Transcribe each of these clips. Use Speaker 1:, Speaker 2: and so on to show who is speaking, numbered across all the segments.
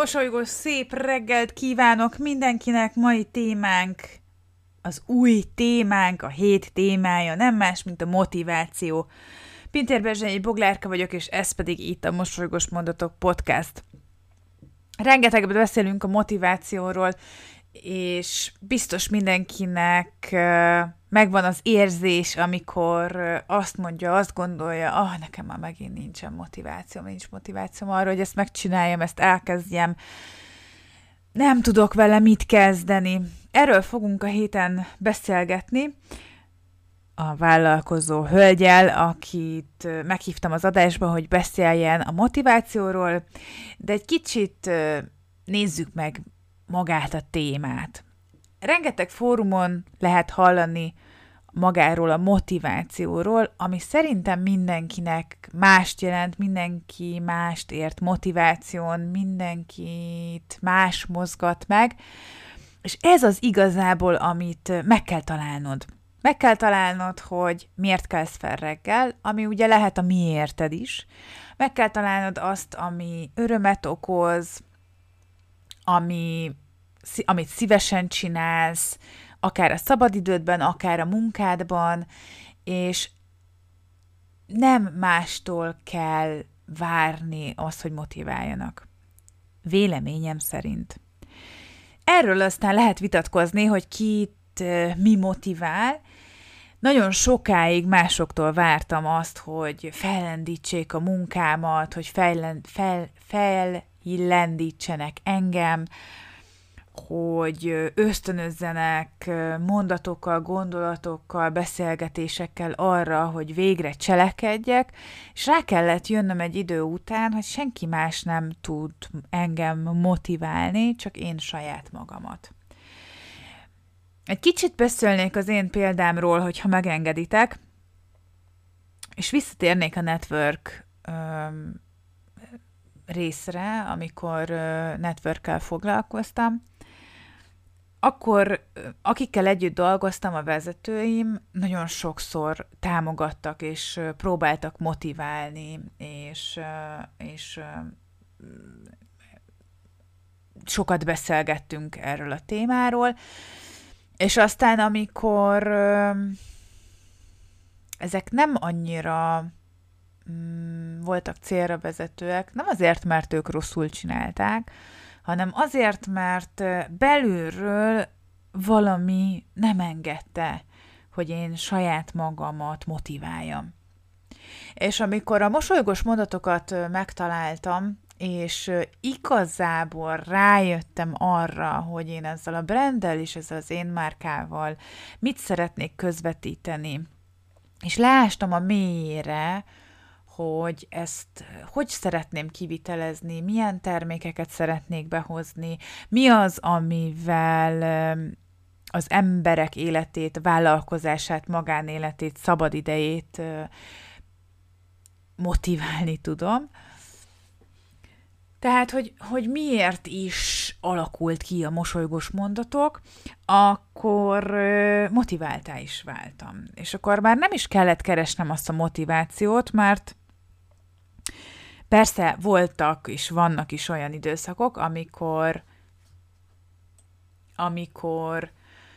Speaker 1: Mosolygós szép reggelt kívánok mindenkinek! Mai témánk, az új témánk, a hét témája, nem más, mint a motiváció. Pintér Berzsenyi Boglárka vagyok, és ez pedig itt a Mosolygós Mondatok Podcast. Rengeteget beszélünk a motivációról, és biztos mindenkinek megvan az érzés, amikor azt mondja, azt gondolja, nekem már megint nincs motivációm arra, hogy ezt megcsináljam, ezt elkezdjem. Nem tudok vele mit kezdeni. Erről fogunk a héten beszélgetni a vállalkozó hölgyel, akit meghívtam az adásba, hogy beszéljen a motivációról, de egy kicsit nézzük meg magát a témát. Rengeteg fórumon lehet hallani magáról a motivációról, ami szerintem mindenkinek mást jelent, mindenki mást ért motiváción, mindenkit más mozgat meg, és ez az igazából, amit meg kell találnod. Meg kell találnod, hogy miért kelsz fel reggel, ami ugye lehet a miérted is. Meg kell találnod azt, ami örömet okoz, amit szívesen csinálsz, akár a szabadidődben, akár a munkádban, és nem mástól kell várni azt, hogy motiváljanak. Véleményem szerint. Erről aztán lehet vitatkozni, hogy kit mi motivál. Nagyon sokáig másoktól vártam azt, hogy fellendítsék a munkámat, hogy fellendítsenek engem, hogy ösztönözzenek mondatokkal, gondolatokkal, beszélgetésekkel arra, hogy végre cselekedjek, és rá kellett jönnöm egy idő után, hogy senki más nem tud engem motiválni, csak én saját magamat. Egy kicsit beszélnék az én példámról, hogyha megengeditek, és visszatérnék a network részre, amikor networkkel foglalkoztam. Akkor, akikkel együtt dolgoztam, a vezetőim nagyon sokszor támogattak, és próbáltak motiválni, és sokat beszélgettünk erről a témáról, és aztán, amikor ezek nem annyira voltak célra vezetőek, nem azért, mert ők rosszul csinálták, hanem azért, mert belülről valami nem engedte, hogy én saját magamat motiváljam. És amikor a mosolygós mondatokat megtaláltam, és igazából rájöttem arra, hogy én ezzel a branddel és ezzel az én márkával mit szeretnék közvetíteni, és leástam a mélyére, hogy ezt hogy szeretném kivitelezni, milyen termékeket szeretnék behozni, mi az, amivel az emberek életét, vállalkozását, magánéletét, szabadidejét motiválni tudom. Tehát, hogy miért is alakult ki a mosolygós mondatok, akkor motiváltá is váltam. És akkor már nem is kellett keresnem azt a motivációt, mert persze voltak és vannak is olyan időszakok, amikor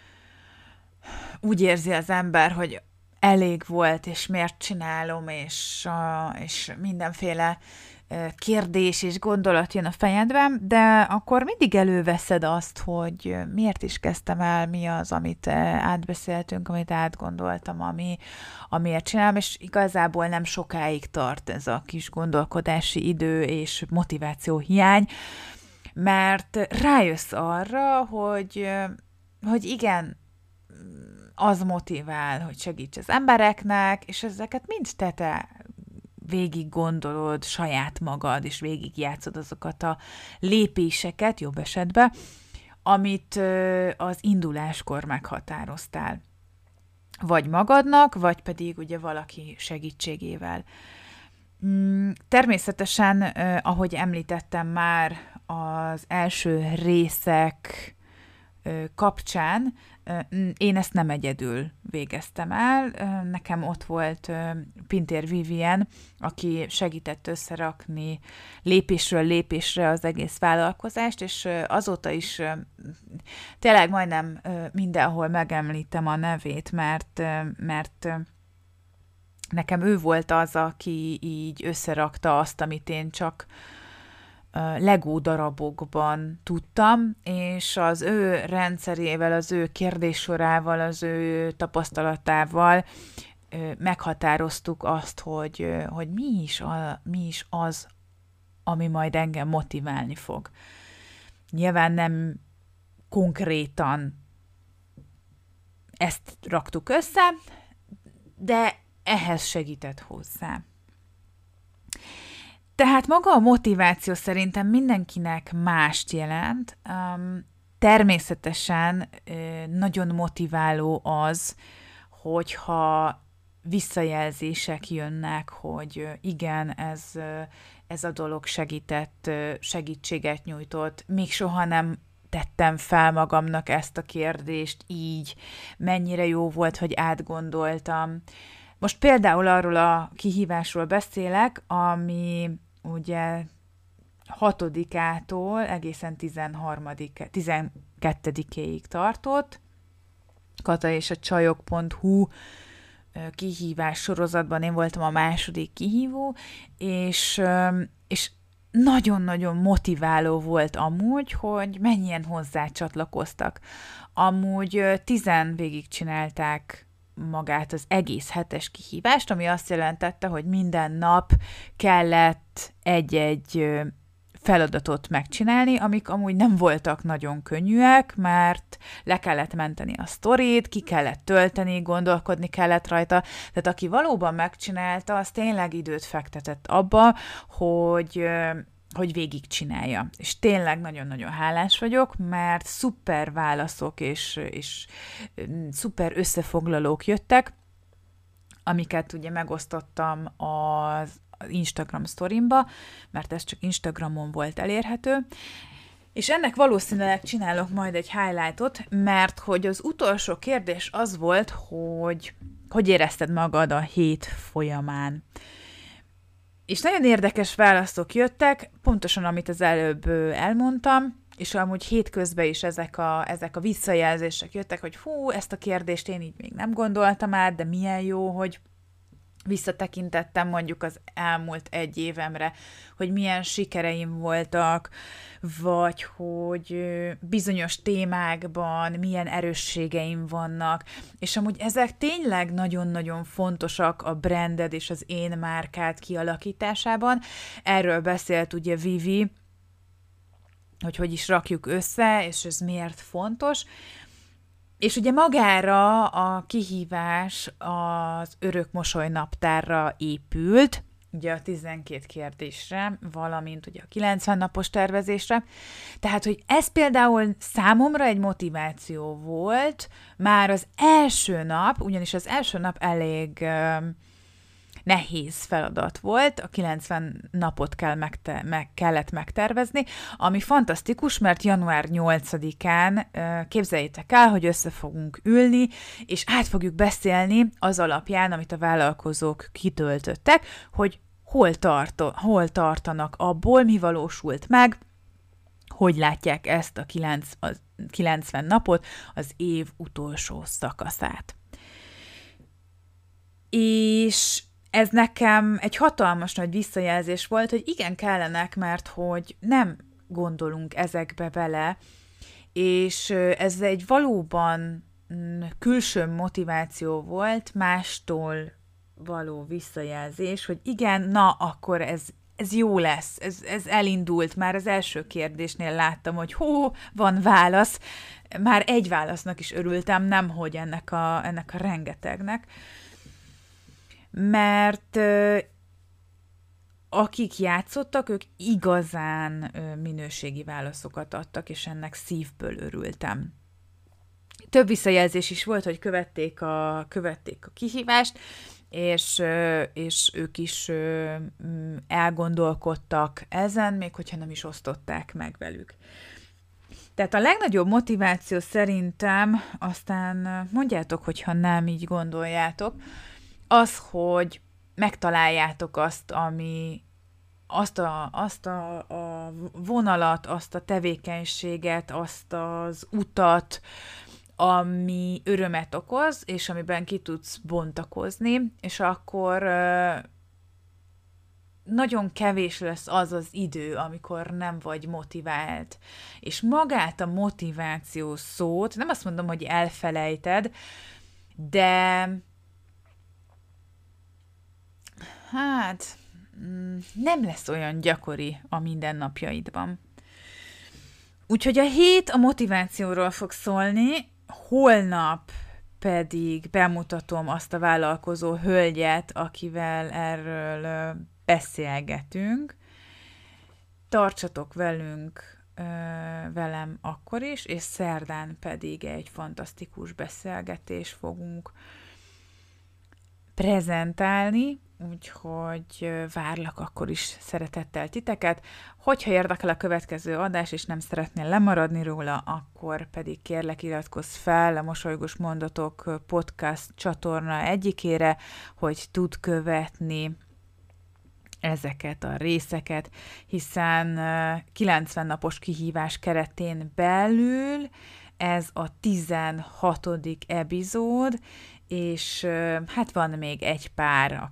Speaker 1: úgy érzi az ember, hogy elég volt, és miért csinálom, és mindenféle kérdés és gondolat jön a fejedben, de akkor mindig előveszed azt, hogy miért is kezdtem el, mi az, amit átbeszéltünk, amit átgondoltam, amiért csinálom, és igazából nem sokáig tart ez a kis gondolkodási idő és motiváció hiány, mert rájössz arra, hogy igen, az motivál, hogy segíts az embereknek, és ezeket mind te végig gondolod saját magad, és végig játszod azokat a lépéseket, jobb esetben, amit az induláskor meghatároztál. Vagy magadnak, vagy pedig ugye valaki segítségével. Természetesen, ahogy említettem már, az első részek kapcsán én ezt nem egyedül végeztem el. Nekem ott volt Pintér Vivien, aki segített összerakni lépésről lépésre az egész vállalkozást, és azóta is tényleg majdnem mindenhol megemlítem a nevét, mert nekem ő volt az, aki így összerakta azt, amit én csak Lego darabokban tudtam, és az ő rendszerével, az ő kérdéssorával, az ő tapasztalatával meghatároztuk azt, hogy mi is az, ami majd engem motiválni fog. Nyilván nem konkrétan ezt raktuk össze, de ehhez segített hozzá. Tehát maga a motiváció szerintem mindenkinek mást jelent. Természetesen nagyon motiváló az, hogyha visszajelzések jönnek, hogy igen, ez a dolog segített, segítséget nyújtott, még soha nem tettem fel magamnak ezt a kérdést így, mennyire jó volt, hogy átgondoltam. Most például arról a kihívásról beszélek, ami ugye 6-ától egészen 12-ig tartott. Kata és a csajok.hu kihívás sorozatban én voltam a második kihívó, és nagyon-nagyon motiváló volt amúgy, hogy mennyien hozzá csatlakoztak. Amúgy 10 végigcsinálták magát az egész 7-es kihívást, ami azt jelentette, hogy minden nap kellett egy-egy feladatot megcsinálni, amik amúgy nem voltak nagyon könnyűek, mert le kellett menteni a sztorit, ki kellett tölteni, gondolkodni kellett rajta. Tehát aki valóban megcsinálta, az tényleg időt fektetett abba, hogy végigcsinálja. És tényleg nagyon-nagyon hálás vagyok, mert szuper válaszok és szuper összefoglalók jöttek, amiket ugye megosztottam az Instagram sztorimba, mert ez csak Instagramon volt elérhető, és ennek valószínűleg csinálok majd egy highlightot, mert hogy az utolsó kérdés az volt, hogy érezted magad a hét folyamán. És nagyon érdekes válaszok jöttek, pontosan amit az előbb elmondtam, és amúgy hétközben is ezek a visszajelzések jöttek, hogy ezt a kérdést én így még nem gondoltam át, de milyen jó, hogy visszatekintettem mondjuk az elmúlt egy évemre, hogy milyen sikereim voltak, vagy hogy bizonyos témákban milyen erősségeim vannak, és amúgy ezek tényleg nagyon-nagyon fontosak a branded és az én márkád kialakításában. Erről beszélt ugye Vivi, hogy is rakjuk össze, és ez miért fontos. És ugye magára a kihívás az örök mosoly naptárra épült, ugye a 12 kérdésre, valamint ugye a 90 napos tervezésre. Tehát, hogy ez például számomra egy motiváció volt, már az első nap, ugyanis az első nap elég nehéz feladat volt, a 90 napot kellett megtervezni, ami fantasztikus, mert január 8-án képzeljétek el, hogy össze fogunk ülni, és át fogjuk beszélni az alapján, amit a vállalkozók kitöltöttek, hogy hol tartanak abból, mi valósult meg, hogy látják ezt a 90 napot, az év utolsó szakaszát. És ez nekem egy hatalmas nagy visszajelzés volt, hogy igen, kellenek, mert hogy nem gondolunk ezekbe bele, és ez egy valóban külső motiváció volt, mástól való visszajelzés, hogy igen, na, akkor ez jó lesz, ez elindult, már az első kérdésnél láttam, hogy van válasz, már egy válasznak is örültem, nemhogy ennek a rengetegnek, mert akik játszottak, ők igazán minőségi válaszokat adtak, és ennek szívből örültem. Több visszajelzés is volt, hogy követték a kihívást, és ők is elgondolkodtak ezen, még hogyha nem is osztották meg velük. Tehát a legnagyobb motiváció szerintem, aztán mondjátok, hogyha nem így gondoljátok, az, hogy megtaláljátok azt a vonalat, azt a tevékenységet, azt az utat, ami örömet okoz, és amiben ki tudsz bontakozni, és akkor nagyon kevés lesz az az idő, amikor nem vagy motivált. És magát a motiváció szót, nem azt mondom, hogy elfelejted, de nem lesz olyan gyakori a mindennapjaidban. Úgyhogy a hét a motivációról fog szólni, holnap pedig bemutatom azt a vállalkozó hölgyet, akivel erről beszélgetünk. Tartsatok velem akkor is, és szerdán pedig egy fantasztikus beszélgetést fogunk prezentálni, úgyhogy várlak akkor is szeretettel titeket. Hogyha érdekel a következő adás, és nem szeretnél lemaradni róla, akkor pedig kérlek iratkozz fel a Mosolygós Mondatok podcast csatorna egyikére, hogy tud követni ezeket a részeket, hiszen 90 napos kihívás keretén belül ez a 16. epizód, és hát van még egy pár a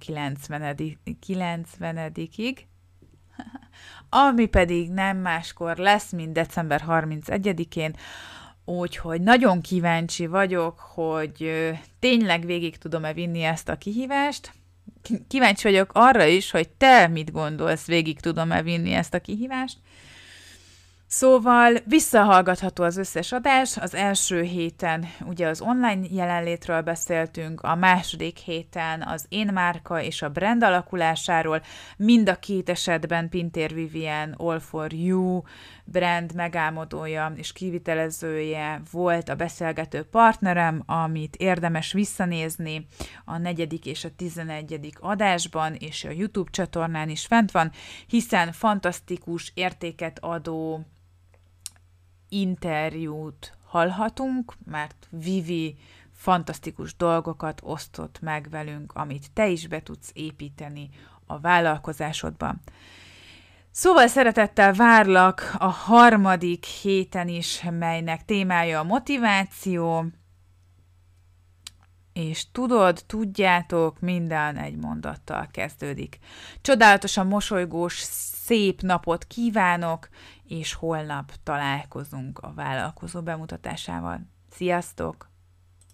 Speaker 1: 90-ig, ami pedig nem máskor lesz, mint december 31-én, úgyhogy nagyon kíváncsi vagyok, hogy tényleg végig tudom-e vinni ezt a kihívást. Kíváncsi vagyok arra is, hogy te mit gondolsz, végig tudom-e vinni ezt a kihívást. Szóval visszahallgatható az összes adás, az első héten ugye az online jelenlétről beszéltünk, a második héten az én márka és a brand alakulásáról, mind a két esetben Pintér Vivien All for You brand megálmodója és kivitelezője volt a beszélgető partnerem, amit érdemes visszanézni a 4. és a 11. adásban, és a YouTube csatornán is fent van, hiszen fantasztikus, értéket adó interjút hallhatunk, mert Vivi fantasztikus dolgokat osztott meg velünk, amit te is be tudsz építeni a vállalkozásodban. Szóval szeretettel várlak a harmadik héten is, melynek témája a motiváció, és tudjátok, minden egy mondattal kezdődik. Csodálatosan mosolygós, szép napot kívánok, és holnap találkozunk a vállalkozó bemutatásával. Sziasztok!